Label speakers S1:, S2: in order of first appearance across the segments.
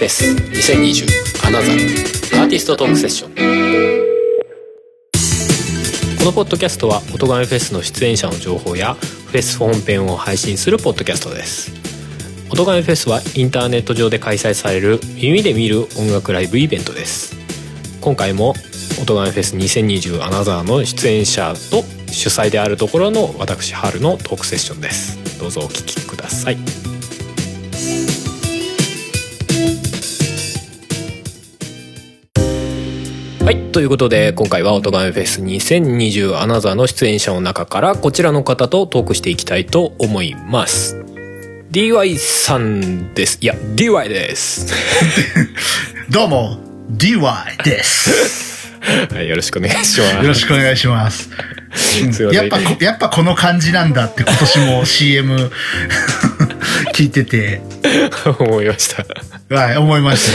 S1: フェス2020アナザーアーティストトークセッション。このポッドキャストは音亀フェスの出演者の情報やフェス本編を配信するポッドキャストです。音亀フェスはインターネット上で開催される耳で見る音楽ライブイベントです。今回も音亀フェス2020アナザーの出演者と主催であるところの私春のトークセッションです。どうぞお聞きください。はい、ということで今回は音亀フェス2020アナザーの出演者の中からこちらの方とトークしていきたいと思います。 DY さんです。いや DY です
S2: どうも DY です
S1: はい、よろしくお願いします。
S2: よろしくお願いします、やっぱこの感じなんだって今年も CM 聞いてて
S1: 思いました
S2: はい、思いました。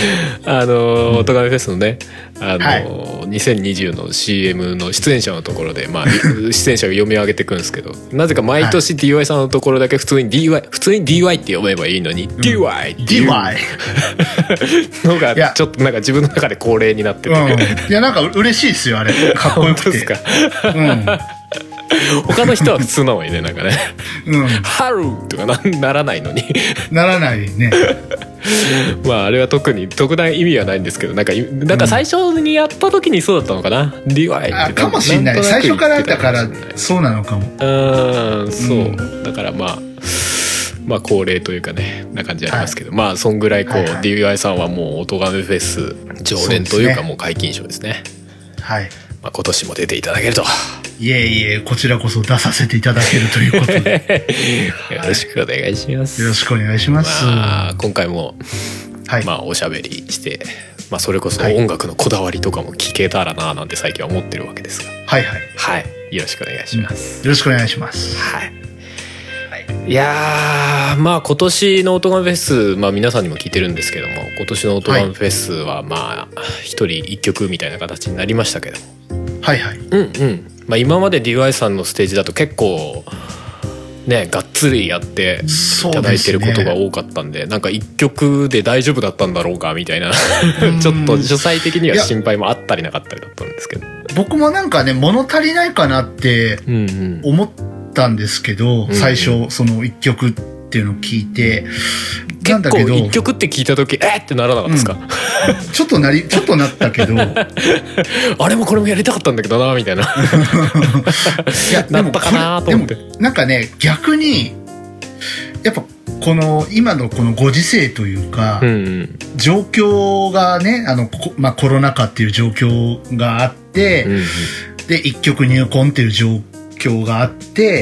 S1: 音亀フェスのね、
S2: はい、
S1: 2020の CM の出演者のところで、まあ、出演者が読み上げていくんですけど、なぜか毎年 DY さんのところだけ普通に DY って読めばいいのに、DY っていうのがちょっとなんか自分の中で恒例になってて、
S2: いやなんか嬉しいですよあれ、かっこよくて。本当ですか？
S1: 他の人は普通なのにね、なんかね、春とかならないのに
S2: ならないね
S1: まああれは特段意味はないんですけど、なんか最初にやった時にそうだったのかな、DY って
S2: かもしれない。最初からだからそうなのかも。
S1: そうだからまあ恒例というかねな感じありますけど、まあそんぐらいこう、DY さんはもう音亀フェス常連というかもう皆勤賞ですね。はい、まあ、今年も出ていただけると。
S2: いえこちらこそ出させていただけるということで
S1: よろしくお願いします。
S2: よろしくお願いします。
S1: まあ、今回も、まあ、おしゃべりして、まあ、それこそ音楽のこだわりとかも聞けたらななんて最近は思ってるわけですが、はい、よろしくお願いします。
S2: よろしくお願いします。
S1: いやまあ今年の音亀フェス、まあ皆さんにも聞いてるんですけども、今年の音亀フェスはまあ一人一曲みたいな形になりましたけども、まあ今まで DY さんのステージだと結構ねがっつりやっていただいてることが多かったんで、なんか一曲で大丈夫だったんだろうかみたいなちょっと主催的には心配もあったりなかったりだったんですけど、僕
S2: もなんかね物足りないかなって思ったんですけど、最初その一曲っていうのを聞いて、
S1: 結構一曲って聞いた時ってならなかったですか？
S2: ちょっとなったけど
S1: あれもこれもやりたかったんだけどなみたいな
S2: いや
S1: なったかなと思って。
S2: でもなんかね逆にやっぱこの今のこのご時世というか、状況がねまあ、コロナ禍っていう状況があって、で一曲入魂っていう状況があって、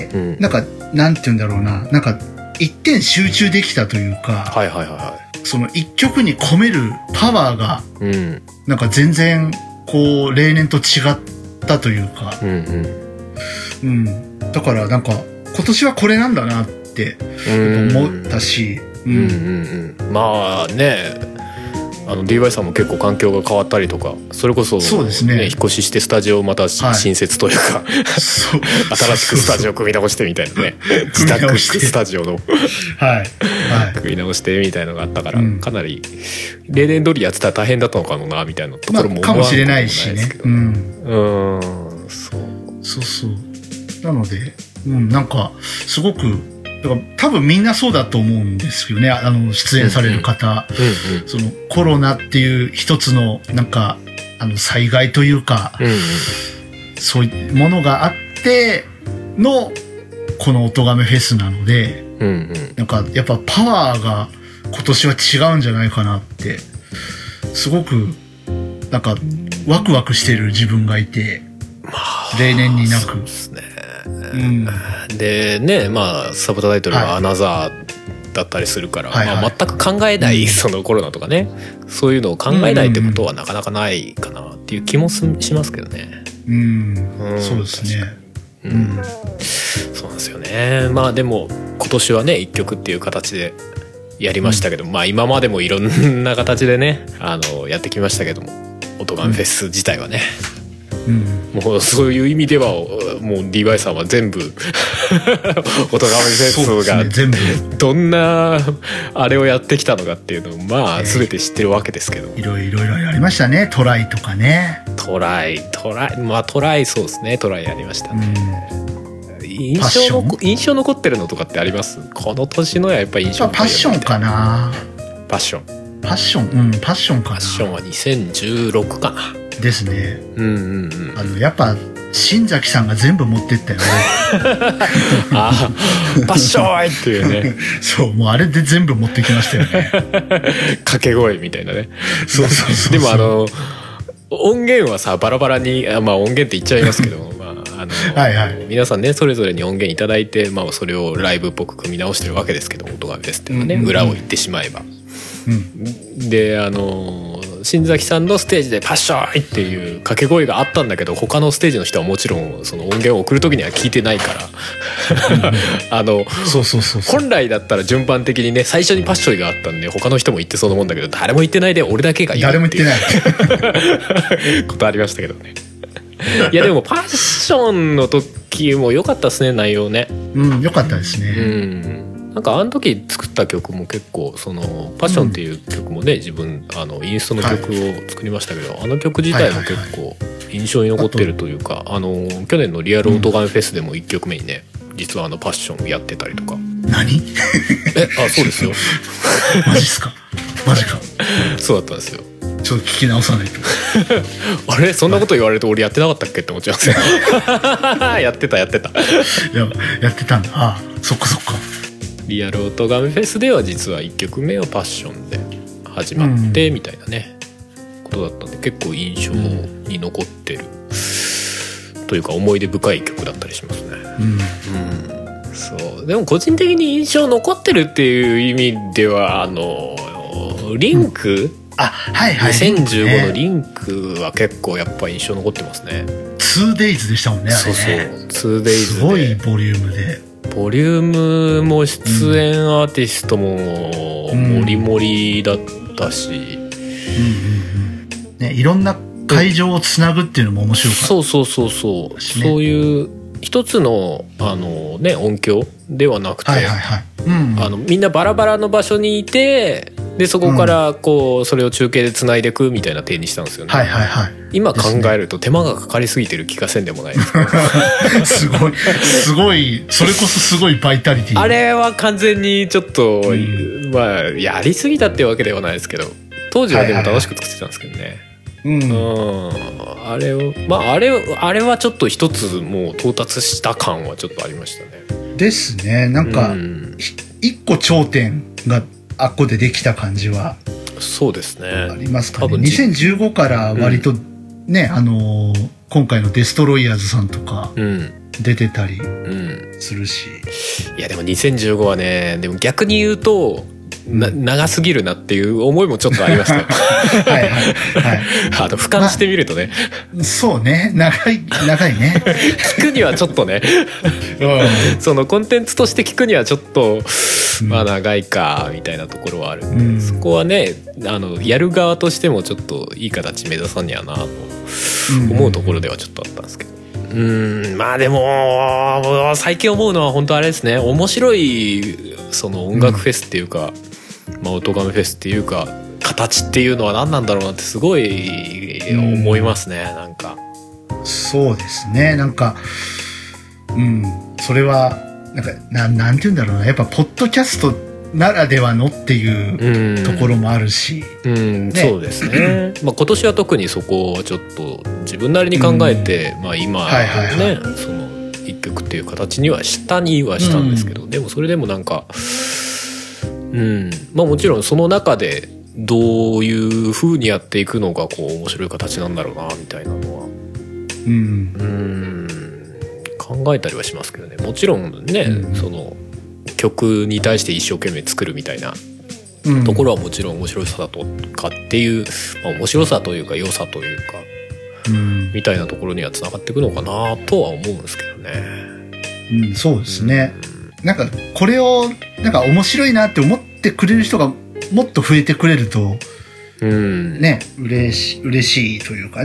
S2: なんかなんて言うんだろうな、なんか一点集中できたというか、その一曲に込めるパワーが、なんか全然こう例年と違ったというか、だからなんか今年はこれなんだなって思ったし、まあね、
S1: DY さんも結構環境が変わったりとか、それこそ、
S2: そうですね、
S1: 引っ越ししてスタジオをまた新設というか、新しくスタジオ組み直してみたいなね自宅スタジオの組み直してみたいなのがあったから、かなり例年通りやってたら大変だったのかなみたいなところも思わなくもないですけど、
S2: そうなので、なんかすごくだから多分みんなそうだと思うんですよね、出演される方、そのコロナっていう一つのなんか災害というか、そういうものがあってのこの音亀フェスなので、なんかやっぱパワーが今年は違うんじゃないかなってすごくなんかワクワクしてる自分がいて、例年になく。
S1: でね、まあサブタイトルがアナザーだったりするから、まあ、全く考えない、そのコロナとかね、そういうのを考えないってことはなかなかないかなっていう気もしますけどね。
S2: そうですね。
S1: そうなんですよね。まあでも今年はね一曲っていう形でやりましたけど、まあ今までもいろんな形でねやってきましたけども、音亀フェス自体はね、 もうそういう意味ではもう DY さんは全部音亀フェスが
S2: 全部
S1: どんなあれをやってきたのかっていうのをまあ全て知ってるわけですけど、
S2: いろいろやりましたね。トライとかね。
S1: トライまあトライ、そうですね、トライやりましたね。印象残ってるのとかってあります？この年のやっぱり印象残ってるの。
S2: パッションかな。
S1: パッションかな。
S2: パッション
S1: は2016かな
S2: ですね。やっぱ新崎さんが全部持ってったよね。
S1: あパッションっていうね。
S2: そう、もうあれで全部持ってきましたよね。
S1: 掛け声みたいなね。
S2: そう
S1: でも音源はさバラバラに、まあ音源って言っちゃいますけど皆さんねそれぞれに音源いただいて、まあ、それをライブっぽく組み直してるわけですけど、音楽ですっていうのはね、裏を言ってしまえば。で新崎さんのステージでパッションっていう掛け声があったんだけど、他のステージの人はもちろんその音源を送る時には聞いてないから本来だったら順番的にね最初にパッションがあったんで他の人も言ってそうなもんだけど、誰も言ってないで俺だけが言うっていうことありましたけどね。いやでもパッションの時も良かったですね、内容ね。
S2: 良かったですね。
S1: なんかあの時作った曲も結構そのパッションっていう曲もね、自分インストの曲を作りましたけど、あの曲自体も結構印象に残ってるというか、去年のリアル音楽フェスでも1曲目にね実はパッションやってたりとか。
S2: 何？
S1: そうですよ。
S2: マジっすか？マジか。
S1: そうだったんですよ。
S2: ちょっと聞き直さないと。
S1: あれそんなこと言われると俺やってなかったっけって思っちゃうんですよ。やってた。いや
S2: やってたんだ。ああ、そっか。
S1: リアル音楽フェスでは実は1曲目はパッションで始まってみたいなね、ことだったんで結構印象に残ってる、というか思い出深い曲だったりしますね。そうでも個人的に印象残ってるっていう意味ではリンク、2015のリンクは結構やっぱ印象残ってますね。
S2: 2days でしたもんね、あれね。
S1: そう 2days です
S2: ごいボリュームで、
S1: ボリュームも出演アーティストもモリモリだったし、
S2: ね、いろんな会場をつなぐっていうのも面白かった。
S1: そういう一つの音響ではなくて、みんなバラバラの場所にいて、でそこからこうそれを中継でつないでいくみたいな体にしたんですよね。今考えると手間がかかりすぎてる気がせんでもないですけど
S2: すごいそれこそすごいバイタリティ。
S1: あれは完全にちょっと、まあやりすぎたってわけではないですけど、当時はでも楽しく作ってたんですけどね。あれはちょっと一つもう到達した感はちょっとありましたね。
S2: ですね。なんか一個頂点があっこでできた感じは
S1: そうですね、
S2: ありますかね。2015から割とね、今回のデストロイヤーズさんとか出てたりするし、
S1: いやでも2015はね、でも逆に言うと長すぎるなっていう思いもちょっとありましたよ。俯瞰してみるとね、
S2: そうね、長いね。
S1: 聞くにはちょっとね、そのコンテンツとして聞くにはちょっとまあ長いかみたいなところはあるんで、そこはねやる側としてもちょっといい形目指さにやなと思うところではちょっとあったんですけど、まあでも最近思うのは本当あれですね、面白いその音楽フェスっていうか、音楽フェスっていうか形っていうのは何なんだろうなってすごい思いますね。なんか
S2: そうですね、なんかそれはなんて言うんだろうな、やっぱポッドキャストならではのっていうところもあるし、
S1: そうですね。今年は特にそこをちょっと自分なりに考えて、今ねその一曲っていう形にはしたんですけど、でもそれでもなんかもちろんその中でどういう風にやっていくのがこう面白い形なんだろうなみたいなのは考えたりはしますけどね。もちろんね、その曲に対して一生懸命作るみたいなところはもちろん面白さだとかっていう、面白さというか良さというか、みたいなところにはつながっていくのかなとは思うんですけどね。
S2: そうですね。なんかこれをなんか面白いなって思ってくれる人がもっと増えてくれると、ね、嬉しいというかね。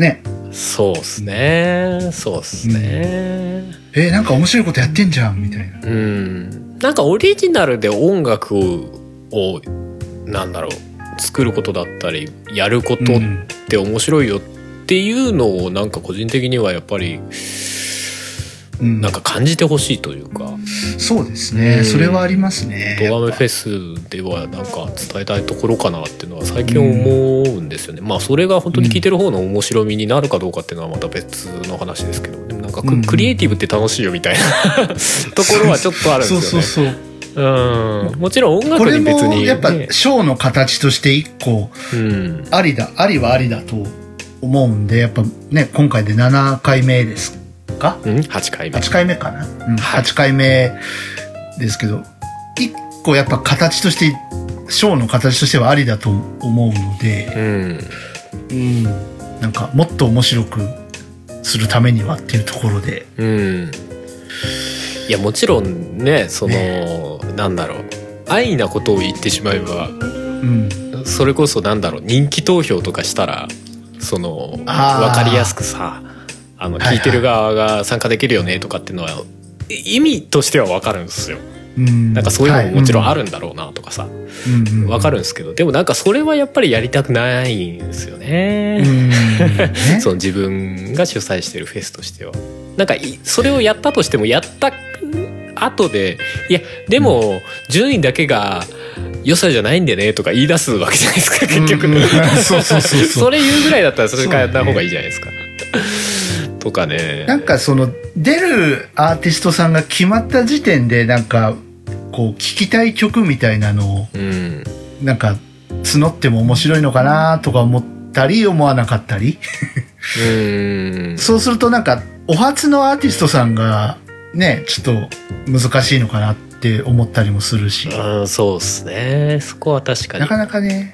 S1: そうっすね、そうっすね、
S2: なんか面白いことやってんじゃんみたいな。
S1: なんかオリジナルで音楽をなんだろう作ることだったりやることって面白いよっていうのをなんか個人的にはやっぱりなんか感じてほしいというか、
S2: そうですね、それはありますね。
S1: 音楽フェスではなんか伝えたいところかなっていうのは最近思うんですよね。まあそれが本当に聴いてる方の面白みになるかどうかっていうのはまた別の話ですけど、でもなんかクリエイティブって楽しいよみたいなところはちょっとあるんですよね。そうもちろん音楽に別に、ね、
S2: これもやっぱショーの形として一個ありはありだと思うんで、やっぱね今回で7回目ですか、
S1: 8回目
S2: 8回目かな、8回目ですけど、一個やっぱ形としてショーの形としてはありだと思うので、なんかもっと面白くするためにはっていうところで、い
S1: やもちろんね、その、なんだろう、安易なことを言ってしまえば、それこそなんだろう、人気投票とかしたらその分かりやすくさ、聞いてる側が参加できるよねとかっていうのは意味としては分かるんですよ。なんかそういうのももちろんあるんだろうなとかさ、分かるんですけど、でもなんかそれはやっぱりやりたくないんですよね。その自分が主催してるフェスとしてはなんかそれをやったとしても、やった後でいやでも10人だけが良さじゃないんでねとか言い出すわけじゃないですか結局。それ言うぐらいだったらそれからやった方がいいじゃないですか。とかね、
S2: なんかその出るアーティストさんが決まった時点でなんかこう聴きたい曲みたいなのをなんか募っても面白いのかなとか思ったり思わなかったりそうするとなんかお初のアーティストさんがねちょっと難しいのかなって思ったりもするし、
S1: そうですね、そこは確かに
S2: なかなかね、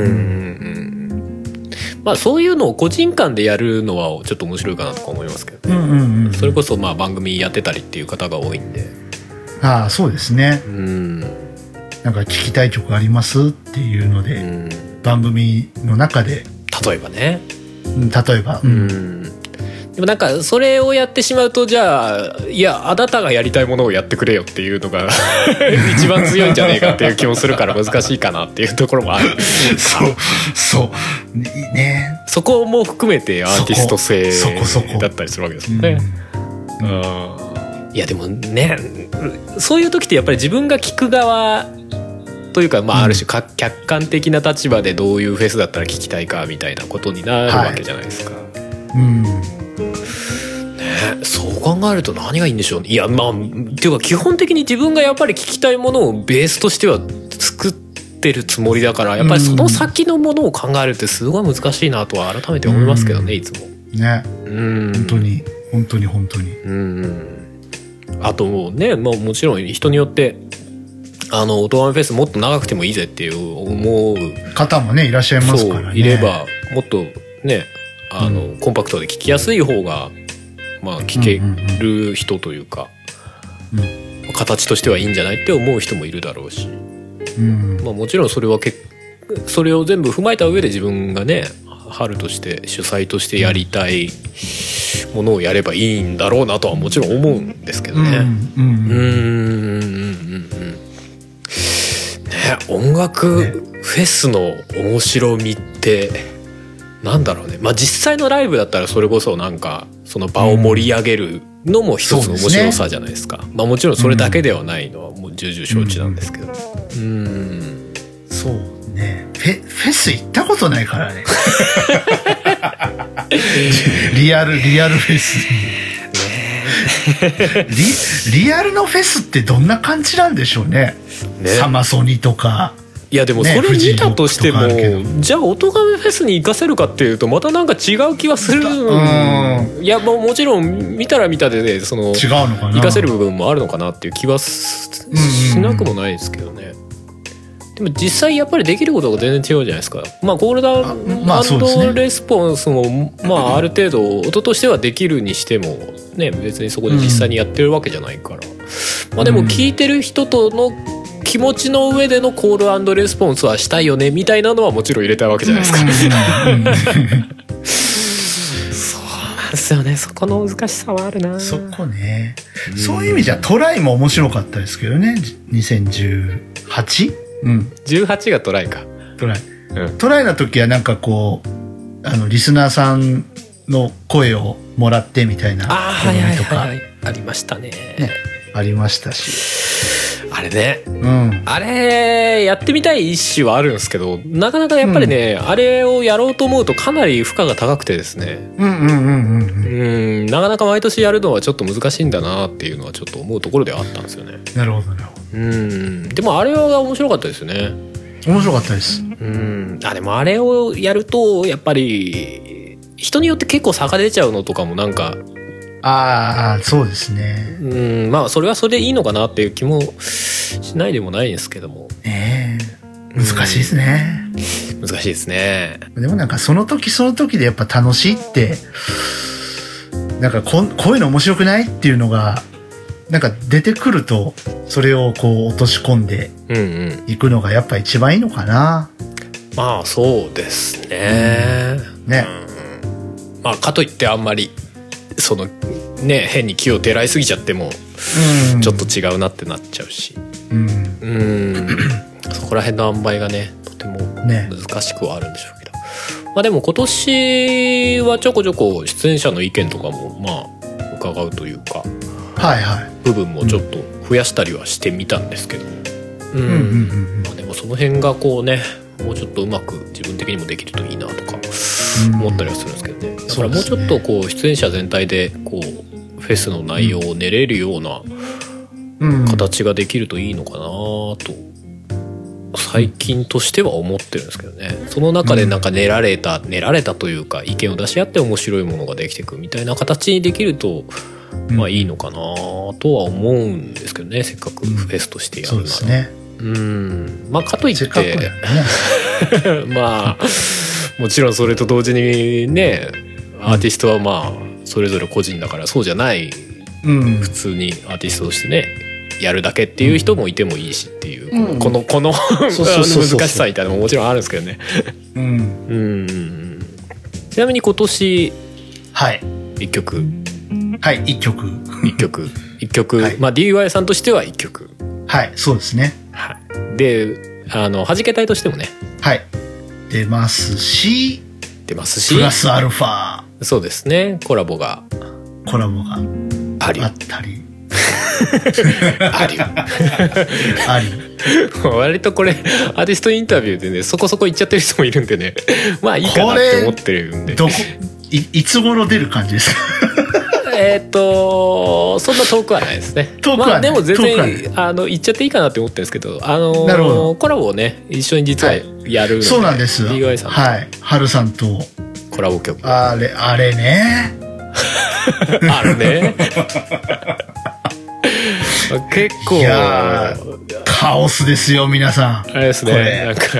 S1: まあそういうのを個人間でやるのはちょっと面白いかなとか思いますけどね。それこそまあ番組やってたりっていう方が多いんで、
S2: そうですね、なんか聞きたい曲ありますっていうので、番組の中で
S1: 例えばね、
S2: 例えば、
S1: でもなんかそれをやってしまうと、じゃあいやあなたがやりたいものをやってくれよっていうのが一番強いんじゃねえかっていう気もするから難しいかなっていうところもある。そうね、そこも含めてアーティスト性だったりするわけですもんね。いやでもね、そういう時ってやっぱり自分が聞く側というか、まあある種客観的な立場でどういうフェスだったら聞きたいかみたいなことになるわけじゃないですか。そう考えると何がいいんでしょうね。いやまあっていうか基本的に自分がやっぱり聞きたいものをベースとしては作ってるつもりだから、やっぱりその先のものを考えるってすごい難しいなとは改めて思いますけどね、いつもね。本当にあともうね、まあ、もちろん人によって音楽フェスもっと長くてもいいぜっていう思う
S2: 方もねいらっしゃいますからね。
S1: いればもっとねコンパクトで聴きやすい方がまあ聴ける人というか、形としてはいいんじゃないって思う人もいるだろうし、まあ、もちろんそれはそれを全部踏まえた上で自分がね春として主催としてやりたいものをやればいいんだろうなとはもちろん思うんですけどね。音楽フェスの面白みってなんだろうね。まあ実際のライブだったらそれこそなんかその場を盛り上げるのも一つの面白さじゃないですか。まあもちろんそれだけではないのはもう重々承知なんですけど。
S2: そうね。フェス行ったことないからね。リアルフェス。リアルのフェスってどんな感じなんでしょうね。サマソニとか。
S1: いやでもそれ見たとしても、じゃあ音楽フェスに行かせるかっていうとまたなんか違う気はする。いやもちろん見たら見たでね、その
S2: 違うのかな、
S1: 行かせる部分もあるのかなっていう気はしなくもないですけどね。でも実際やっぱりできることが全然違うじゃないですか。まあコールダウン&レスポンスもまあある程度音としてはできるにしてもね、別にそこで実際にやってるわけじゃないから、まあでも聞いてる人との気持ちの上でのコール&レスポンスはしたいよねみたいなのはもちろん入れたいわけじゃないですか。 ですよね。そこの難しさはあるな。
S2: そこね。そういう意味じゃトライも面白かったですけどね。2018？ うん。
S1: 18がトライか。
S2: トライ。トライの時はなんかこう、リスナーさんの声をもらってみたいな。
S1: はいはいはい。ありましたね。
S2: ありましたし。
S1: あれね。あれ、やってみたい意思はあるんですけど、なかなかやっぱりね、あれをやろうと思うとかなり負荷が高くてですね。なかなか毎年やるのはちょっと難しいんだなっていうのはちょっと思うところではあったんですよね。
S2: なるほどなるほ
S1: ど。でもあれは面白かったですよね。
S2: 面白かったです。
S1: でもあれをやるとやっぱり人によって結構差が出ちゃうのとかもなんか、
S2: そうですね。
S1: まあそれはそれでいいのかなっていう気もしないでもないんですけども。
S2: 難しいですね。
S1: 難しいですね。
S2: でもなんかその時その時でやっぱ楽しいってなんかこういうの面白くないっていうのがなんか出てくるとそれをこう落とし込んでいくのがやっぱ一番いいのかな。
S1: まあそうですね。まあかといってあんまりそのね変に気をてらいすぎちゃってもちょっと違うなってなっちゃうし、そこら辺の塩梅がねとても難しくはあるんでしょうけど、まあでも今年はちょこちょこ出演者の意見とかもまあ伺うというか、部分もちょっと増やしたりはしてみたんですけど、まあでもその辺がこうねもうちょっとうまく自分的にもできるといいなとか思ったりはするんですけどね。だからもうちょっとこう出演者全体でこうフェスの内容を練れるような形ができるといいのかなと最近としては思ってるんですけどね。その中でなんか練られたというか意見を出し合って面白いものができていくみたいな形にできるとまあいいのかなとは思うんですけどね。せっかくフェスとしてやるなら。そうですね。まあかといってまあもちろんそれと同時にねアーティストはまあそれぞれ個人だからそうじゃない、普通にアーティストとしてねやるだけっていう人もいてもいいしっていう、この難しさみたいなのももちろんあるんですけどね。ちなみに今年1曲1曲、まあ DY さんとしては1曲、
S2: そうですね。
S1: で弾け隊としてもね
S2: 出ますしプラスアルファ、そうですね、コラボがあったりあり
S1: 割とこれアーティストインタビューでねそこそこ言っちゃってる人もいるんでね、まあいいかなって思ってるんで。
S2: いつ頃出る感じですか？
S1: そんな遠くはないですね。まあでも全然言っちゃっていいかなって思ってるんですけど、
S2: なるほど、
S1: コラボをね一緒に実はやるので、
S2: そうなんです。
S1: DY さんと
S2: 春さんと
S1: コラボ曲、
S2: あれね
S1: あるね結構
S2: カオスですよ皆さん。
S1: あれですね、なんか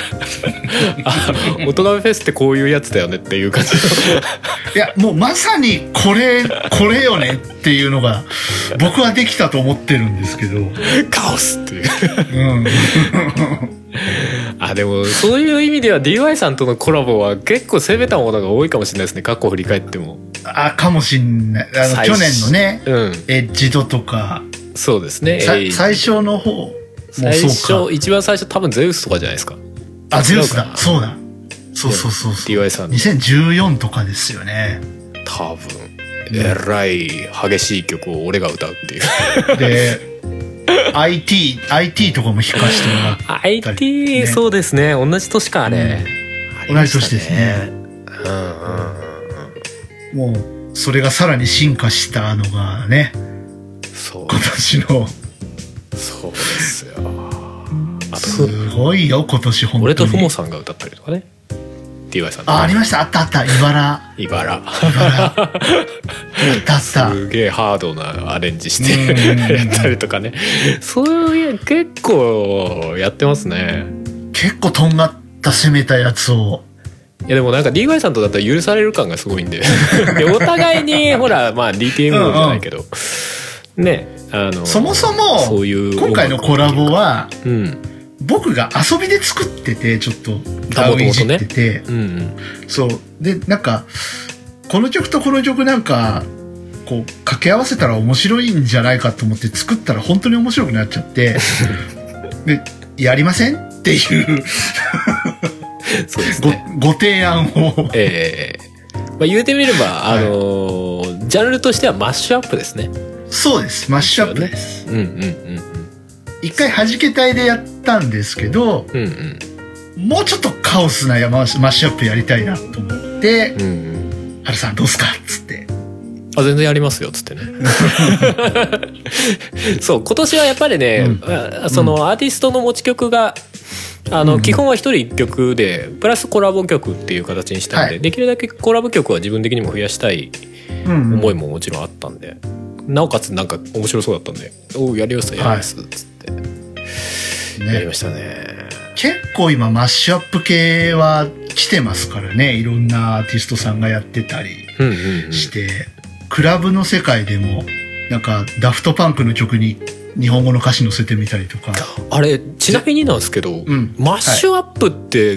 S1: 大人フェスってこういうやつだよねっていう感じ
S2: いやもうまさにこれよねっていうのが僕はできたと思ってるんですけど
S1: カオスっていうでもそういう意味では DY さんとのコラボは結構攻めたものが多いかもしれないですね。過去を振り返ってもかもしんない。去年のね、エッジドとか、 そうですね、
S2: 最初の方も
S1: 一番最初多分ゼウスとかじゃないですか。
S2: ゼウスだ、そうだ、そう
S1: DY さん
S2: 2014とかですよね
S1: 多分。えらい激しい曲を俺が歌うっていうで
S2: IT とかも弾かしてもらったり、ね、
S1: IT そうですね、同じ年かあれ、
S2: 同じ年ですね。もうそれがさらに進化したのがね、今年の
S1: そうですよ。
S2: すごいよ今年本当に。
S1: 俺とふもさんが歌ったりとかね、 DY さん
S2: ありました、あった茨
S1: すげえハードなアレンジしてやったりとかね、そういう結構やってますね。
S2: 結構とんがった攻めたやつを。
S1: いやでもなんか DY さんとだったら許される感がすごいんででお互いにほらまあ DTM じゃないけどね、
S2: そもそもそういう今回のコラボは、僕が遊びで作っててちょっとダウいじってて、そうでなんかこの曲とこの曲なんかこう掛け合わせたら面白いんじゃないかと思って作ったら本当に面白くなっちゃってでやりませんっていう
S1: そうですね、
S2: ご提案を、
S1: まあ、言うてみれば、ジャンルとしてはマッシュアップですね。
S2: そうです、マッシュアップです。
S1: うんうんうんうん。
S2: 一回弾け隊でやったんですけど、うんうん、もうちょっとカオスなマッシュアップやりたいなと思って、うんうん、ハルさんどうすかっつって。
S1: あ、全然やりますよっつってねそう今年はやっぱりね、うん、そのアーティストの持ち曲が基本は一人一曲でプラスコラボ曲っていう形にしたんで、はい、できるだけコラボ曲は自分的にも増やしたい思いももちろんあったんで、なおかつなんか面白そうだったんでおやりますやりますっつって、やりましたね。
S2: 結構今マッシュアップ系は来てますからね、いろんなアーティストさんがやってたりして、クラブの世界でもなんかダフトパンクの曲に日本語の歌詞載せてみたりとか。
S1: あれちなみになんですけど、マッシュアップって、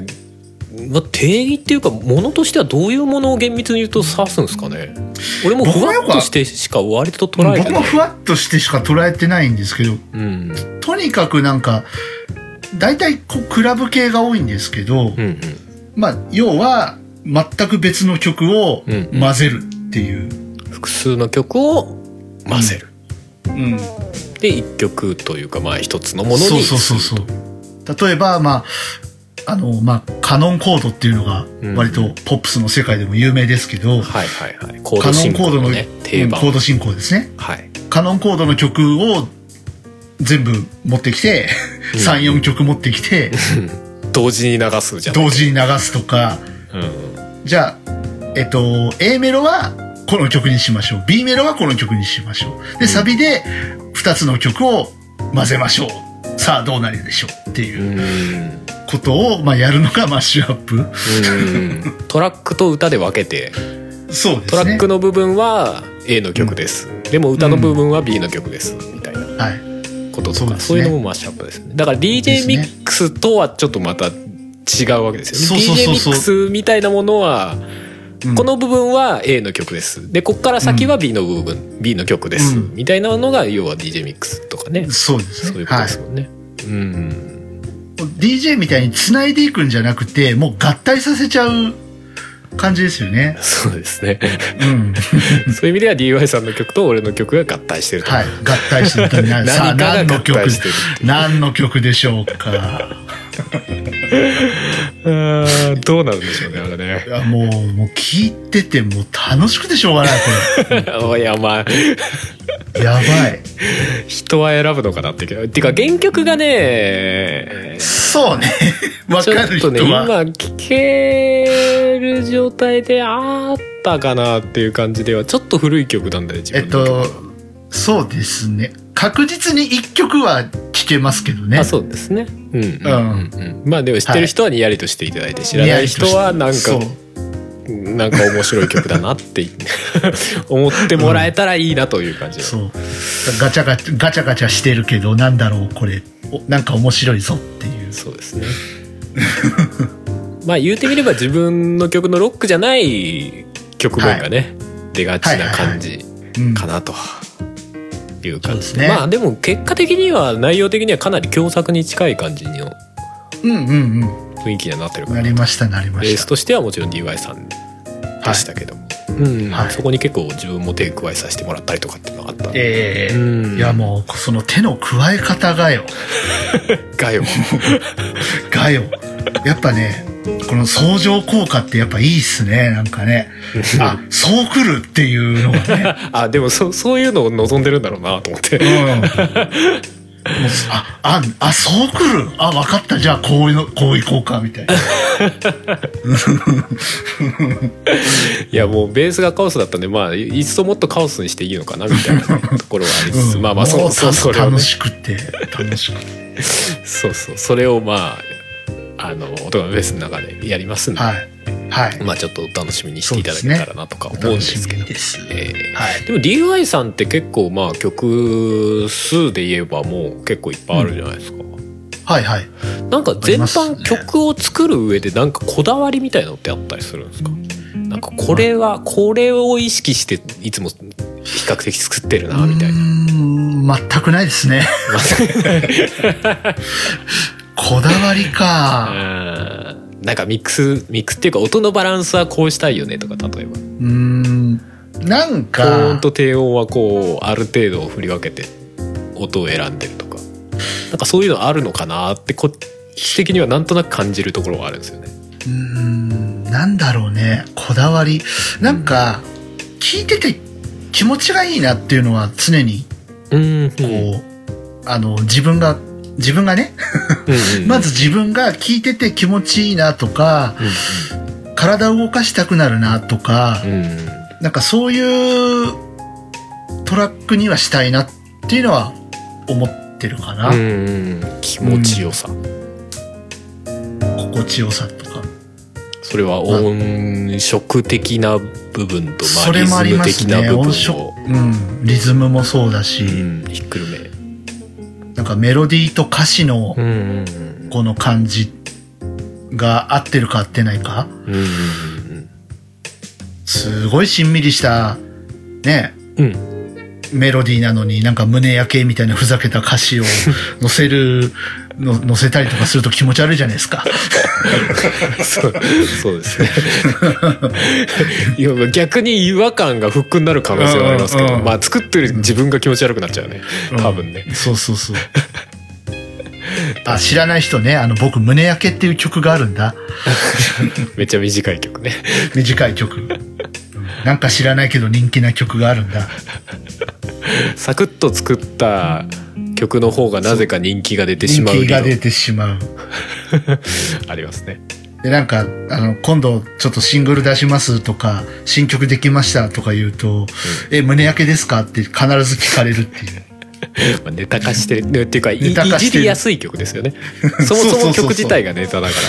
S1: まあ、定義っていうかものとしてはどういうものを厳密に言うと指すんですかね。俺もふわっとしてしか割と捉えてない。
S2: 僕もふわっとしてしか捉えてないんですけど、とにかくなんか大体クラブ系が多いんですけど、まあ要は全く別の曲を混ぜるっていう、
S1: 複数の曲を混ぜる、で一曲というかまあ一つのものに
S2: そう例えばまあカノンコードっていうのが割とポップスの世界でも有名ですけど、カノンコードの定番コード進行ですね、カノンコードの曲を全部持ってきて 3,4 曲持ってきて
S1: 同時に流すじゃん。
S2: 同時に流すとか、じゃあA メロはこの曲にしましょう、 B メロはこの曲にしましょう、でサビで2つの曲を混ぜましょう、さあどうなるでしょうっていうことをまあやるのがマッシュアップ
S1: トラックと歌で分けて、
S2: そうですね、
S1: トラックの部分は A の曲です、でも歌の部分は B の曲ですみたいなこととか、そういうのもマッシュアップですね。だから DJ ミックスとはちょっとまた違うわけですよね。DJ ミックスみたいなものはこの部分は A の曲です。で、こっから先は B の部分、B の曲です。みたいなのが要は DJ ミックスとかね。
S2: そうですね。
S1: そういうことですもんね。
S2: DJ みたいに繋いでいくんじゃなくて、もう合体させちゃう感じですよね。
S1: そうですね。そういう意味では DY さんの曲と俺の曲が合体してると。
S2: はい。合体してると。さあ何の曲、何の曲でしょうか。
S1: どうなるんでしょうね、あれね。
S2: いやもう聞いててもう楽しくてしょうがないこれ。
S1: いやまあ
S2: やばい。
S1: 人は選ぶのかなっていうか原曲がね、
S2: そうね。わかる人は。ちょっとね
S1: 今聞ける状態であったかなっていう感じではちょっと古い曲なんだね自分の曲。
S2: そうですね。確実に一曲は聴けますけどね。
S1: あ、そうですね。まあでも知ってる人はにやりとしていただいて、知らない人はなんか面白い曲だなって思ってもらえたらいいなという感じ。
S2: そう。ガチャガチャしてるけどなんだろうこれなんか面白いぞっていう。
S1: そうですね。まあ言うてみれば自分の曲のロックじゃない曲名がね、出がちな感じかなと。いう感じで、まあでも結果的には内容的にはかなり共作に近い感じの雰囲気にはなってるかなと。
S2: なりましたなりました。
S1: ベースとしてはもちろん DY さんでしたけども、そこに結構自分も手加えさせてもらったりとかっていうのがあったんで、
S2: いやもうその手の加え方がよ
S1: がよ
S2: やっぱね、この相乗効果ってやっぱいいっすね、なんかね。あ、そう来るっていうのがね。
S1: あ、でもそういうのを望んでるんだろうなと思って。
S2: そう来る。あ、分かった。じゃあこう行こうかみたいな。
S1: いやもうベースがカオスだったんで、まあいっそもっとカオスにしていいのかなみたいなところはありつつ、まあそれを、ね、
S2: 楽しくて
S1: そうそれをまあ音がベースの中でやりますんで、まあちょっと楽しみにしていただけたらなとか思うんですけど、でも DY さんって結構まあ曲数で言えばもう結構いっぱいあるじゃないですか。なんか全般曲を作る上でなんかこだわりみたいなのってあったりするんですか？ なんかこれを意識していつも比較的作ってるなみたいな。
S2: 全くないですね。こだわりか。
S1: なんかミックスっていうか音のバランスはこうしたいよねとか、例えば
S2: なんか
S1: 高音と低音はこうある程度振り分けて音を選んでるとか、なんかそういうのあるのかなってこっち的にはなんとなく感じるところがあるんですよね。
S2: なんだろうね、こだわり。なんか聞いてて気持ちがいいなっていうのは常にこう自分がねまず自分が聞いてて気持ちいいなとか、体を動かしたくなるなとか、なんかそういうトラックにはしたいなっていうのは思ってるかな。
S1: 気持ちよさ、
S2: 心地よさとか、
S1: それは音色的な部分と、
S2: それもありますね。音色、リズムもそうだし、
S1: ひっくるめ、
S2: なんかメロディーと歌詞のこの感じが合ってるか合ってないか、すごいしんみりしたね、メロディーなのになんか胸焼けみたいなふざけた歌詞を載せたりとかすると気持ち悪いじゃないですか。
S1: そうですね。いや逆に違和感がフックになる可能性はありますけど、まあ作ってる自分が気持ち悪くなっちゃうね、多分ね。
S2: そう知らない人ね、僕胸焼けっていう曲があるんだ。
S1: めっちゃ短い曲ね。
S2: 短い曲、なんか知らないけど人気な曲があるんだ。
S1: サクッと作った曲の方がなぜか人気が出てしまう。
S2: 人気が出てしまう。
S1: ありますね。
S2: でなんか今度ちょっとシングル出しますとか新曲できましたとか言うと、胸焼けですかって必ず聞かれるっていう。
S1: ネタ化してるっていうか、いじりやすい曲ですよね。そもそも曲自体がネタだから。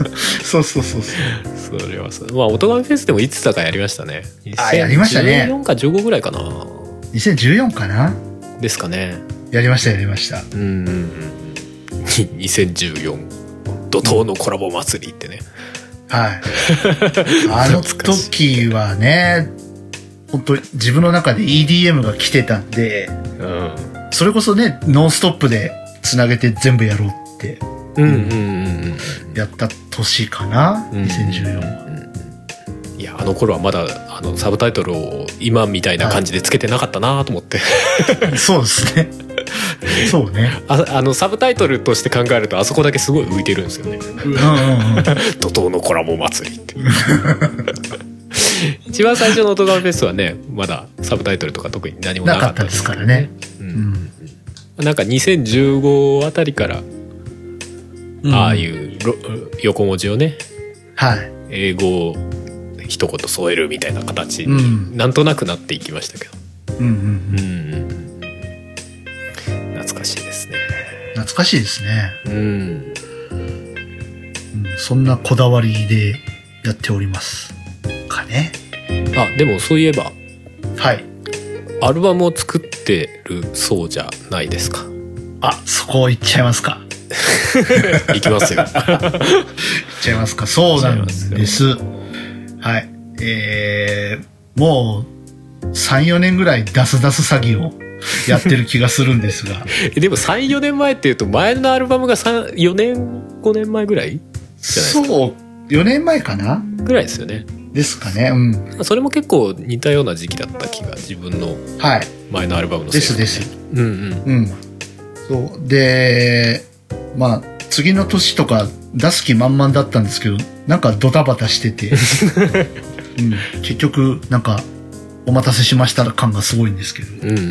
S2: そう。
S1: それはそう。まあ音楽フェスでもいつだかやりましたね。
S2: やりましたね。
S1: 14か15ぐらいかな。
S2: 2014かな
S1: ですかね。
S2: やりました。
S1: 2014怒涛のコラボ祭りってね。
S2: はい。あの時はね、本当自分の中で EDM が来てたんで、それこそねノンストップでつなげて全部やろうってやった年かな、2014は。
S1: いや、あの頃はまだサブタイトルを今みたいな感じでつけてなかったなと思って。
S2: そうですね。そうね。
S1: サブタイトルとして考えるとあそこだけすごい浮いてるんですよね。怒涛のコラボ祭りって。一番最初の音楽フェスはね、まだサブタイトルとか特に何もなかった
S2: ですからね。
S1: なんか2015あたりから、ああいう横文字をね、英語を一言添えるみたいな形になんとなくなっていきましたけど、懐かしいですね。
S2: 懐かしいですね。そんなこだわりでやっておりますかね。
S1: でもそういえば、
S2: ア
S1: ルバムを作ってるそうじゃないですか。
S2: そこ行っちゃいますか。
S1: 行きますよ。行っ
S2: ちゃいますか。そうなんです。はい。もう 3,4 年ぐらい出す詐欺をやってる気がするんですが。
S1: でも 3,4 年前っていうと前のアルバムが4年5年前ぐらいじゃないですか。
S2: そう、4年前かな
S1: ぐらいですよね。
S2: ですかね。
S1: それも結構似たような時期だった気が、自分の前のアルバムのせい
S2: です。そうで、まあ次の年とか出す気満々だったんですけど、なんかドタバタしてて、結局なんかお待たせしました感がすごいんですけど、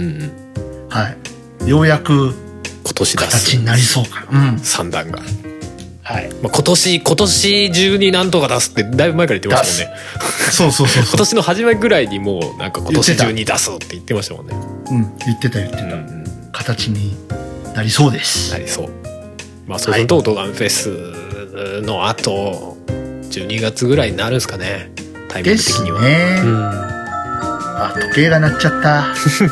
S2: ようやく
S1: 今年
S2: 形になりそうかな。
S1: 3弾が。今年中になんとか出すってだいぶ前から言ってましたもんね。そう今年の初めぐらいにもうなんか今年中に出すって言ってましたもんね。
S2: 言ってた。形になりそうです。
S1: なりそう。まあそうすると音楽フェスの後12月ぐらいになるんですかね、タイミング的には。
S2: ですね。時計が鳴っちゃった。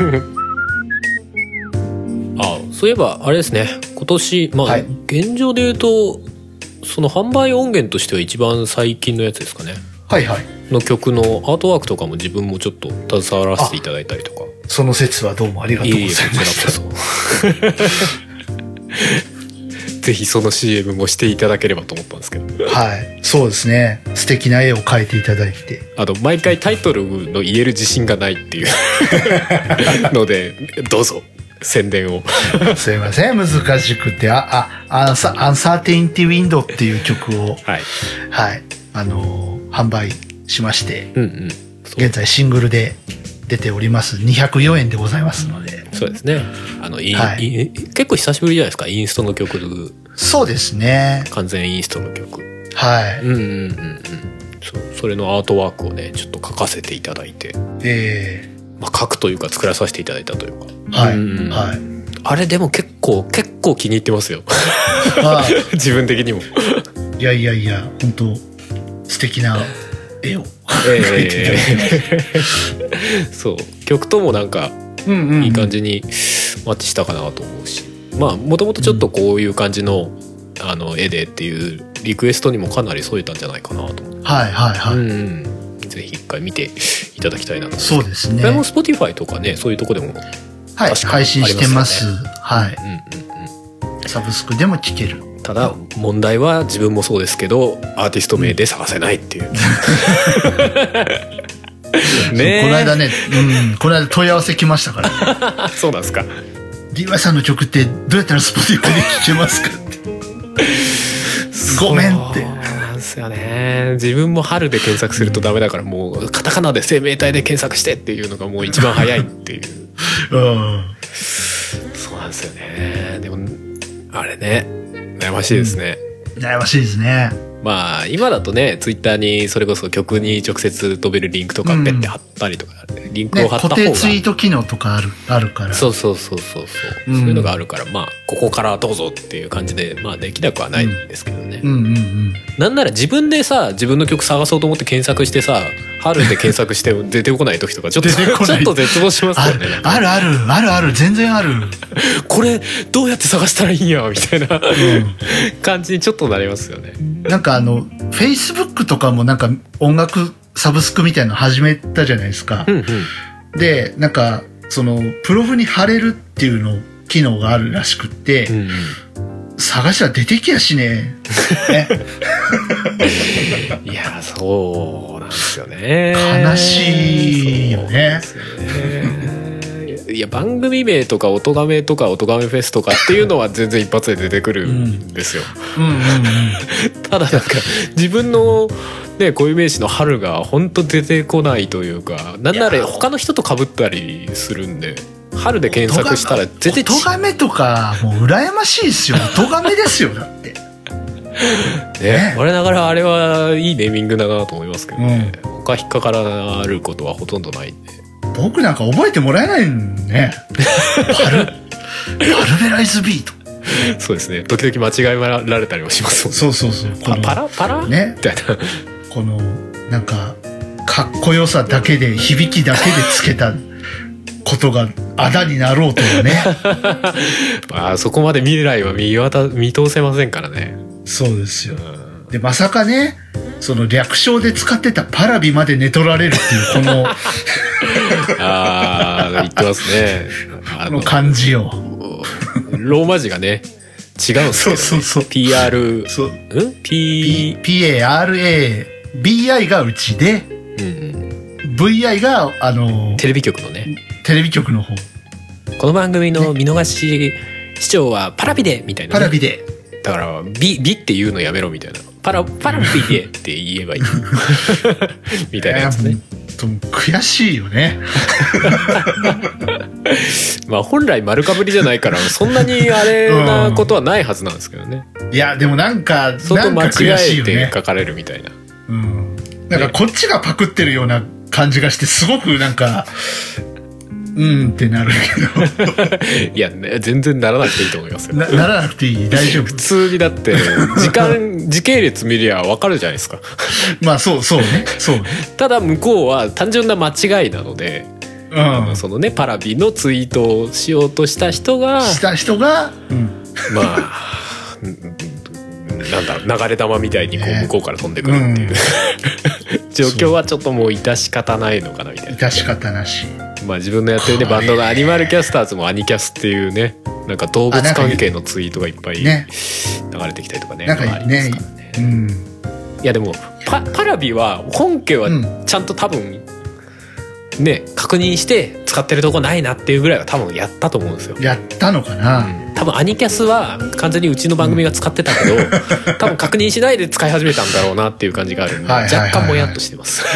S1: そういえばあれですね、今年現状で言うとその販売音源としては一番最近のやつですかね。
S2: はいはい。
S1: の曲のアートワークとかも自分もちょっと携わらせていただいたりとか。
S2: その説はどうもありがとうございました。
S1: いえいえ、こちらこそ。ぜひその CM もしていただければと思ったんですけど。
S2: はい。そうですね。素敵な絵を描いていただいて。
S1: 毎回タイトルの言える自信がないっていうので、どうぞ。宣伝を
S2: すいません、難しくて、アンサーテインティウィンドっていう曲を、
S1: はい。
S2: はい、販売しまして、
S1: うんうん。
S2: 現在シングルで出ております。204円でございますので。
S1: そうですね。結構久しぶりじゃないですか、インストの曲。
S2: そうですね。
S1: 完全インストの曲。
S2: はい。
S1: うんうんうんうん。それのアートワークをね、ちょっと書かせていただいて。まあ、書くというか作らさせていただいたというか。
S2: はい。
S1: うんうん、
S2: はい。
S1: あれでも結構気に入ってますよ。自分的にも。
S2: いやいやいや、本当素敵な絵を描いていただいて
S1: そう曲ともなんかいい感じにマッチしたかなと思うし、まあもともとちょっとこういう感じの、絵でっていうリクエストにもかなり添えたんじゃないかなと思って。
S2: はいはいはい。
S1: うんうん、ぜひ一回見ていただきたいなと。
S2: そうですね。
S1: これも Spotify とかね、そういうとこでも
S2: はい、配信してます。はい。
S1: うんうんうん。
S2: サブスクでも聴ける。
S1: ただ問題は自分もそうですけどアーティスト名で探せないっていう。
S2: ね、この間ね、この間問い合わせ来ましたからね。
S1: そうなんですか。
S2: DY さんの曲ってどうやったら Spotify で聴けますかって。ごめんって。
S1: そうなんですよね。自分も春で検索するとダメだから、もうカタカナで生命体で検索してっていうのがもう一番早いっていう。そうなんですよね。でもあれね、悩ましいですね。
S2: 悩ましいですね。
S1: まあ今だとね、ツイッターにそれこそ曲に直接飛べるリンクとかペッて貼ったりとか、リンクを貼った方が、
S2: 固定ツイート機能とかあるから。
S1: そう、そういうのがあるから、まあここからどうぞっていう感じで、まあできなくはないんですけどね。なんなら自分でさ、自分の曲探そうと思って検索してさ、春で検索して出てこない時とかちょっと絶望しますよね。
S2: ある全然ある。
S1: これどうやって探したらいいんやみたいな、感じにちょっとなりますよね。
S2: なんかFacebook とかもなんか音楽サブスクみたいなの始めたじゃないですか。で、なんかプロフに貼れるっていうの機能があるらしくって、探したら出てきやしねえ。
S1: いや、そうなんですよね。
S2: 悲しいよね。
S1: いや、番組名とか音亀とか音亀フェスとかっていうのは全然一発で出てくるんですよ。ただなんか自分のね、固有名詞の春が本当出てこないというか、なんなら他の人と被ったりするんで、春で検索したら全然
S2: 音亀とかもう羨ましいですよ。音亀ですよ、だって。
S1: ね、我ながらあれはいいネーミングだなと思いますけどね。他引っかからることはほとんどないんで。
S2: 僕なんか覚えてもらえないんね。パルベライズビート。
S1: そうですね。時々間違えられたりもしますもんね。
S2: そう。
S1: パラ
S2: ね。みたいな。このなんかかっこよさだけで、響きだけでつけたことがあだになろうとはね。
S1: まあそこまで未来は見通せませんからね。
S2: そうですよ。でまさかね、その略称で使ってたパラビまで寝取られるっていうこの
S1: 言ってますね。
S2: この漢字を
S1: ローマ字がね違うんですよね。そう PR
S2: そう PARABI がうちで、VI が
S1: テレビ局のね、
S2: テレビ局の方。
S1: この番組の見逃し視聴はパラビでみたいな、ね、
S2: パラビで
S1: だからビって言うのやめろみたいな、パラビでって言えばいいみたいなやつね。
S2: 悔しいよね。
S1: まあ本来丸かぶりじゃないからそんなにあれなことはないはずなんですけどね。
S2: いやでもなんか
S1: 相当間違えて書かれるみたいな。
S2: なんかこっちがパクってるような感じがして、すごくなんかってなるけど。
S1: いや、ね、全然ならなくていいと思いますよ。
S2: ならなくていい、大丈夫。
S1: 普通にだって時系列見りゃ分かるじゃないですか。
S2: まあそうね。
S1: ただ向こうは単純な間違いなので、そのねパラビのツイートをしようとした人がまあなんだろう、流れ弾みたいにこう向こうから飛んでくるっていう、 状況はちょっともう致し方ないのかなみたいな。
S2: 致し方なし。
S1: まあ自分のやってるねバンドのアニマルキャスターズもアニキャスっていうね、なんか動物関係のツイートがいっぱい流れてきたりとかね。
S2: なんかね、うん。
S1: いやでもパラビは本家はちゃんと多分ね、確認して使ってるとこないなっていうぐらいは多分やったと思うんですよ。
S2: やったのかな、
S1: 多分アニキャスは完全にうちの番組が使ってたけど、多分確認しないで使い始めたんだろうなっていう感じがあるんで、若干もやっとしてます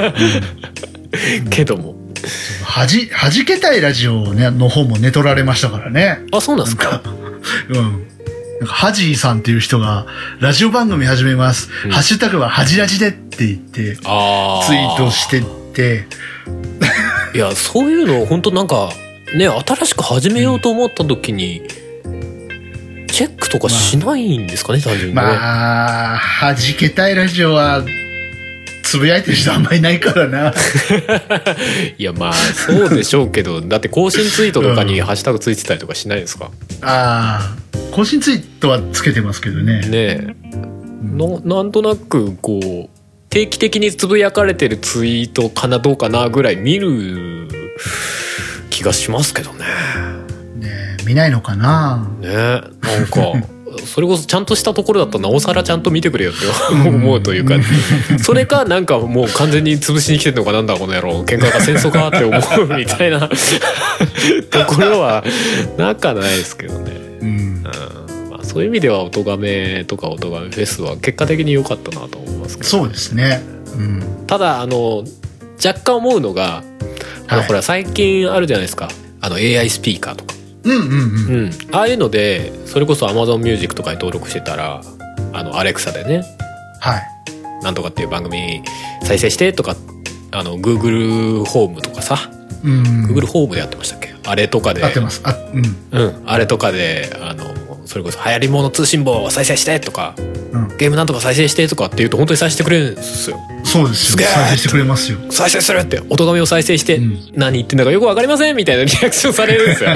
S1: けども
S2: はじけたいラジオ、ね、の方も寝取られましたからね。
S1: あ、そうなんですか。
S2: なんかハジーさんっていう人がラジオ番組始めます、ハッシュタグはハジラジでって言ってツイートしてって
S1: いや、そういうの本当なんかね、新しく始めようと思った時にチェックとかしないんですかね、単純にね。
S2: まあはじけたいラジオはつぶやいてる人あんまりないからないや
S1: まあそうでしょうけどだって更新ツイートとかにハッシュタグついてたりとかしないですか。
S2: ああ、更新ツイートはつけてますけどね。
S1: ねえ、なんとなくこう定期的につぶやかれてるツイートかなどうかなぐらい見る気がしますけどね。
S2: ねえ、見ないのかな。
S1: ねえ、なんかそれこそちゃんとしたところだったらなおさらちゃんと見てくれよって思うというか、それかなんかもう完全に潰しに来てるのか、なんだこの野郎喧嘩か戦争かって思うみたいなところはなかないですけどね。まあ、そういう意味では音亀とか音亀フェスは結果的に良かったなと思いますけど、
S2: そうですね、
S1: ただ若干思うのがほら最近あるじゃないですか、AI スピーカーとか、ああいうのでそれこそ Amazon Music とかに登録してたらアレクサでね、なんとかっていう番組再生してとかGoogle ホームとかさ、Google ホームでやってましたっけ、あれとかで
S2: やってます。
S1: あれとかでそれこそ流行り物通信簿を再生してとか、ゲームなんとか再生してとかって言うと本当に再生してくれるんですよ。
S2: そうですよ、再生してくれますよ。
S1: 再生するって音亀を再生して、何言ってんだかよく分かりませんみたいなリアクションされるんですよ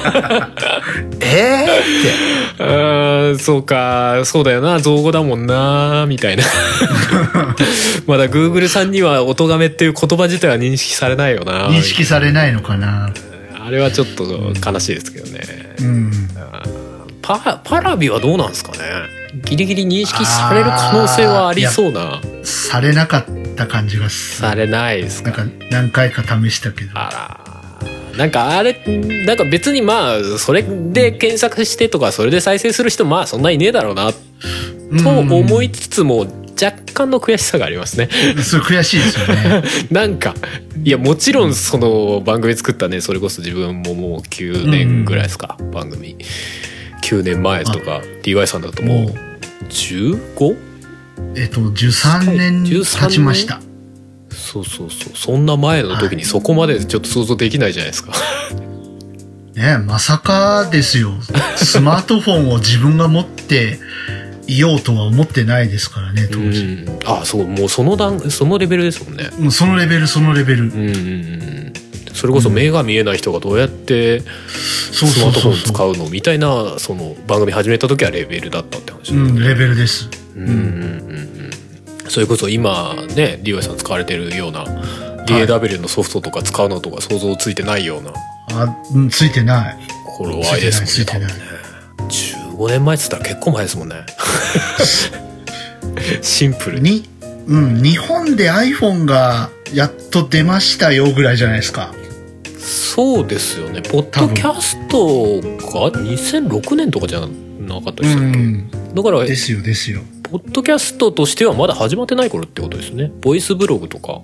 S1: ってそうか、そうだよな、造語だもんなみたいなまだ Google さんには音亀っていう言葉自体は認識されないよな。
S2: 認識されないのかな。
S1: あれはちょっと悲しいですけどね。パラビはどうなんですかね。ギリギリ認識される可能性はありそうな。
S2: されなかった感じがする。
S1: されないですか。
S2: なんか何回か試したけど。
S1: なんかあれ、なんか別にまあそれで検索してとかそれで再生する人まあそんないねえだろうなと思いつつも若干の悔しさがありますね。
S2: それ悔しいですよね。
S1: なんかいやもちろんその番組作ったね、それこそ自分ももう9年ぐらいですか、番組9年前とか DY さんだともう 15？
S2: 13年経ちました。
S1: そうそんな前の時にそこまでちょっと想像できないじゃないですか
S2: ね、まさかですよ。スマートフォンを自分が持っていようとは思ってないですからね、当時。
S1: そう、もうそのレベルですもんね。
S2: もうそのレベル。そ
S1: れこそ目が見えない人がどうやってスマートフォン使うのみたいな、その番組始めた時はレベルだったって話、
S2: レベルです。
S1: それこそ今ね DY さん使われてるような DAW のソフトとか使うのとか想像ついてないような、
S2: ついてない
S1: 頃合いですもんね。多分ね15年前っつったら結構前ですもんねシンプルに
S2: 日本で iPhone がやっと出ましたよぐらいじゃないですか。
S1: そうですよね。ポッドキャストが2006年とかじゃなかったでしたっけ。だから
S2: ですよ
S1: ポッドキャストとしてはまだ始まってない頃ってことですね。ボイスブログとか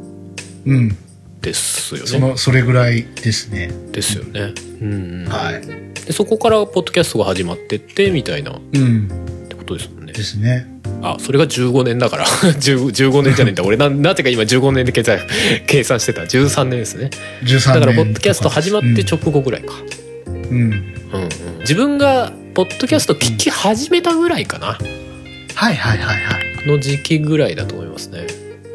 S1: ですよね。
S2: それぐらいですね。
S1: ですよね。
S2: はい。
S1: でそこからポッドキャストが始まってってみたいなってことですもんね。
S2: ですね。
S1: それが15年だから15年じゃねえんだ俺なぜか今15年で計算してた。13年ですね。13年だからポッドキャスト始まって直後ぐらいか。自分がポッドキャスト聞き始めたぐらいかな。の時期ぐらいだと思いますね。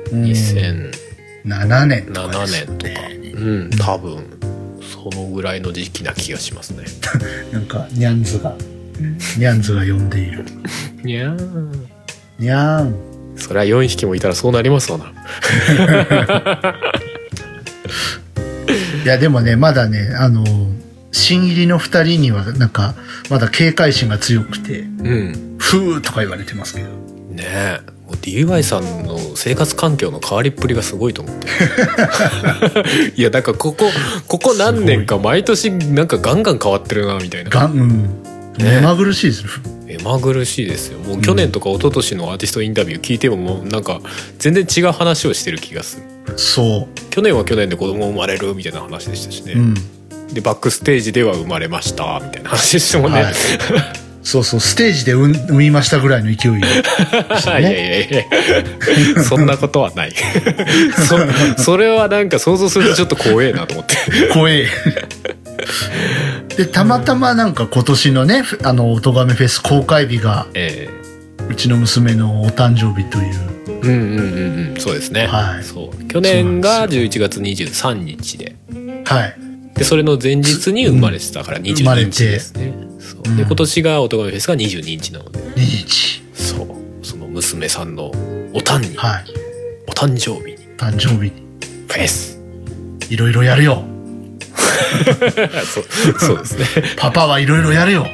S2: 2007年とか。
S1: 多分そのぐらいの時期な気がしますね。
S2: なんかニャンズが呼んでいる。
S1: にゃーん。
S2: にゃーん。
S1: そりゃ4匹もいたらそうなりますわな。
S2: いやでもねまだね新入りの2人にはなんかまだ警戒心が強くて、ふーとか言われてますけど
S1: ねえ。もう DY さんの生活環境の変わりっぷりがすごいと思っていやなんかここ何年か毎年なんかガンガン変わってるなみたいな。
S2: 目まぐるしいですね。
S1: 目まぐるしいですよ。もう去年とか一昨年のアーティストインタビュー聞いてももうなんか全然違う話をしてる気がする。
S2: そう
S1: 去年は去年で子供生まれるみたいな話でしたしね、でバックステージでは生まれましたみたいな話でしたもんね、はい、
S2: そうステージで産みましたぐらいの勢いでしたね。
S1: いやそんなことはないそれはなんか想像するとちょっと怖えなと思って
S2: 怖えでたまたまなんか今年のねおとがめフェス公開日が、うちの娘のお誕生日という、
S1: そうですね、
S2: はい、
S1: そう去年が11月23日で、
S2: はい、
S1: でそれの前日に生まれてたから22日ですね、そうで今年がおとがめフェスが22日なので
S2: 2日
S1: その娘さんのお誕生日に、
S2: はい、
S1: お誕生日にフェス
S2: いろいろやるよ
S1: そうですね
S2: パパはいろいろやるよ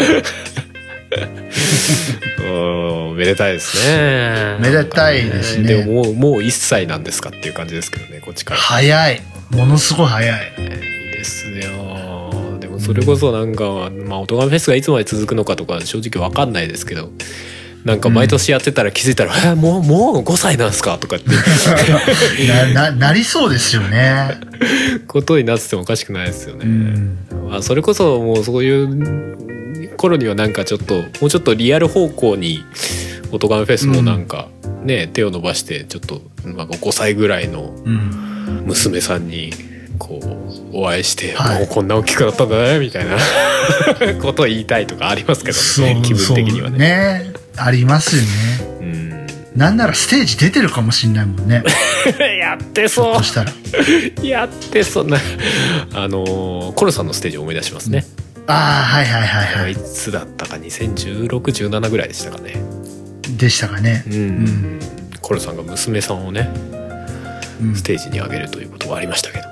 S1: めでたいですね。
S2: めでたいですね。
S1: でももう1歳なんですかっていう感じですけどね、こっちから。
S2: 早い、ものすごい早い。
S1: いいですよ。でもそれこそなんか、おとがめフェスがいつまで続くのかとか正直わかんないですけど、なんか毎年やってたら気づいたら、もう5歳なんですかとかって
S2: なりそうですよね。
S1: ことになっててもおかしくないですよね。それこそもうそういう頃にはなんかちょっともうちょっとリアル方向におとがめフェスもなんかね、手を伸ばしてちょっとなんか5歳ぐらいの娘さんにこうお会いして、もうこんな大きくなったんだねみたいなことを言いたいとかありますけどね、気分的にはね。
S2: ありますよね。なんならステージ出てるかもしんないもんね。
S1: やってそう。
S2: そしたら
S1: やってそうなコロさんのステージを思い出しますね。
S2: はい
S1: いつだったか2016、17ぐらいでしたかね。
S2: でしたかね。
S1: コロさんが娘さんをね、ステージに上げるということがありましたけど、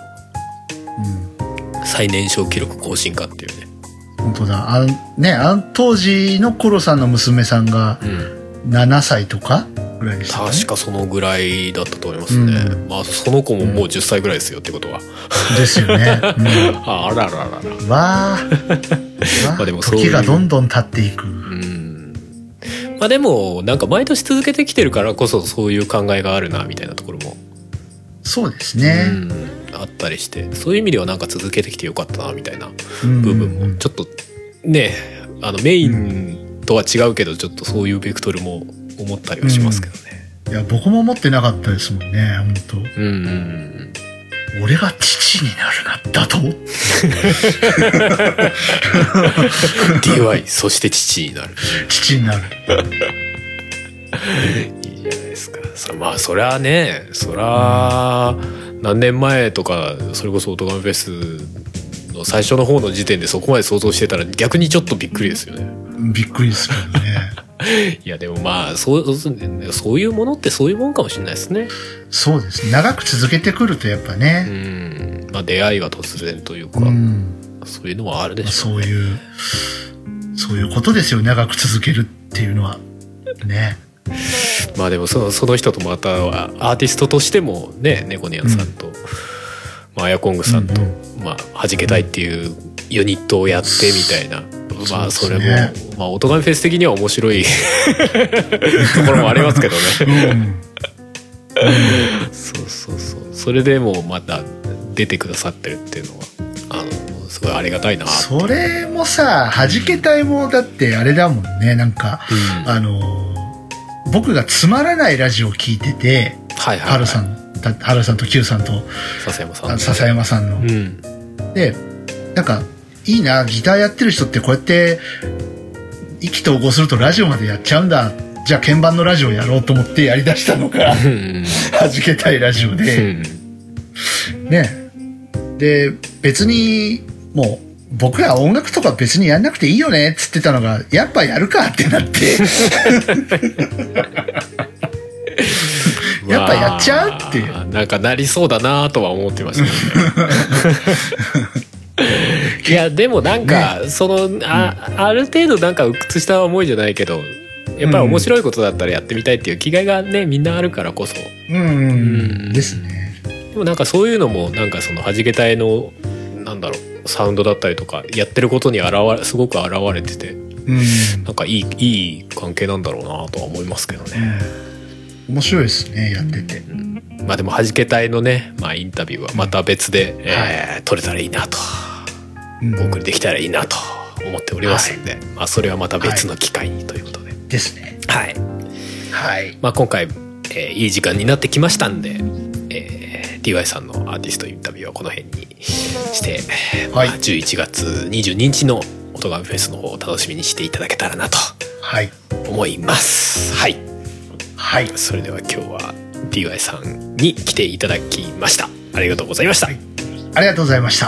S1: 最年少記録更新かっていうね。
S2: 本当だ。当時のコロさんの娘さんが7歳とかぐらいでしたね。
S1: 確かそのぐらいだったと思いますね。その子ももう10歳ぐらいですよってことは。
S2: ですよね。
S1: あらららら。
S2: わあ。でも時がどんどん経っていく。
S1: でもなんか毎年続けてきてるからこそそういう考えがあるなみたいなところも。
S2: そうですね。
S1: あったりして、そういう意味ではなんか続けてきてよかったなみたいな部分もちょっとね、メインとは違うけどちょっとそういうベクトルも思ったりはしますけどね。
S2: いや僕も思ってなかったですもんね、本当。俺が父になるなだと
S1: DY そして父になるいいじゃないですか。そりゃね、何年前とかそれこそおとがめフェスの最初の方の時点でそこまで想像してたら逆にちょっとびっくりですよね。
S2: びっくりですけどね。
S1: いやでもそういうものってそういうもんかもしれないですね。
S2: そうですね。長く続けてくるとやっぱね。
S1: 出会いは突然というか、そういうのはあるでしょうね。
S2: そういうことですよ。長く続けるっていうのはね。
S1: でもその人とまたアーティストとしてもね、猫ニャンさんと、アヤコングさんと、弾けたいっていうユニットをやってみたいな、それも、おとがめフェス的には面白いところもありますけどね。それでもまた出てくださってるっていうのはすごいありがたいな。
S2: それもさ、弾けたいもだってあれだもんね。なんか、僕がつまらないラジオを聞いてて、ハルさんと Q さんと笹山さんの、でなんかいいな、ギターやってる人ってこうやって意気投合するとラジオまでやっちゃうんだ、じゃあ鍵盤のラジオやろうと思ってやりだしたのが弾けたいラジオで、ね。で別にもう僕ら音楽とか別にやんなくていいよねっつってたのが、やっぱやるかってなってぱやっちゃうっていう。
S1: なんかなりそうだなとは思ってましたねいやでもなんか、そのある程度なんか鬱屈した思いじゃないけど、やっぱり面白いことだったらやってみたいっていう気概がねみんなあるからこそ、
S2: ですね。
S1: でもなんかそういうのもなんかそのはじけ隊のなんだろうサウンドだったりとかやってることにすごく現れてて、なんかいい関係なんだろうなとは思いますけどね。
S2: 面白いですねやってて。
S1: まあでもはじけ隊のね、まあ、インタビューはまた別で、撮れたらいいなと、お送りできたらいいなと思っておりますので、まあ、それはまた別の機会にということで、
S2: ですね。
S1: はい、まあ、今回、いい時間になってきましたんで、DY さんのアーティストインタビューはこの辺にして、まあ、11月22日の音楽フェスの方を楽しみにしていただけたらなと思います。はい、それでは今日は DY さんに来ていただきました。ありがとうございました。
S2: ありがとうございました。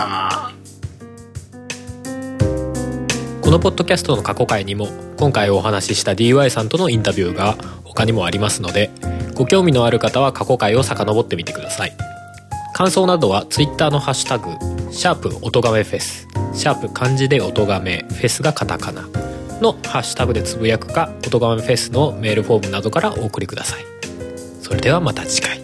S1: このポッドキャストの過去回にも今回お話しした DY さんとのインタビューが他にもありますので、ご興味のある方は過去回を遡ってみてください。感想などは Twitter のハッシュタグ#音亀フェス#漢字で音亀フェスがカタカナのハッシュタグでつぶやくか、音亀フェスのメールフォームなどからお送りください。それではまた次回。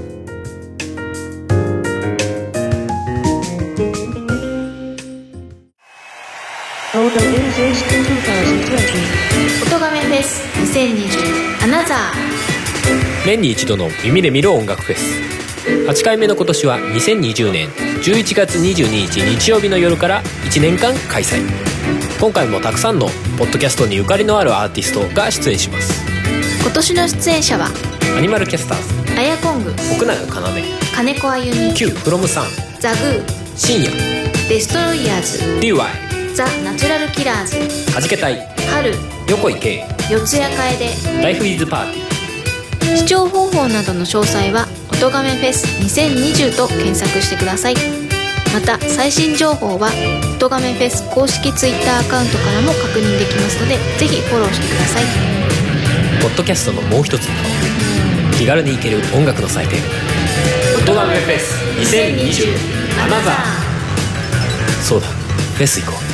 S3: 音亀フェス2020アナザー。
S1: 年に一度の耳で見る音楽フェス。8回目の今年は2020年11月22日日曜日の夜から1年間開催。今回もたくさんのポッドキャストにゆかりのあるアーティストが出演します。
S3: 今年の出演者は
S1: アニマルキャスターズ、
S3: アヤコング、
S1: 奥永要、
S3: 金子あゆみ、
S1: Q フロムサン、
S3: ザグー、
S1: 深夜、
S3: デストロイヤーズ、
S1: DY、
S3: ザ・ナチュラルキラーズ、
S1: はじけたい、
S3: 春、
S1: 横井圭、
S3: 四谷楓、
S1: ライフイズパーティー。
S3: 視聴方法などの詳細は音亀フェス2020と検索してください。また最新情報は音亀フェス公式 Twitter アカウントからも確認できますので、ぜひフォローしてください。
S1: ポッドキャストのもう一つの顔、気軽に行ける音楽の祭典、音亀フェス2020アナザー。そうだ、フェス行こう。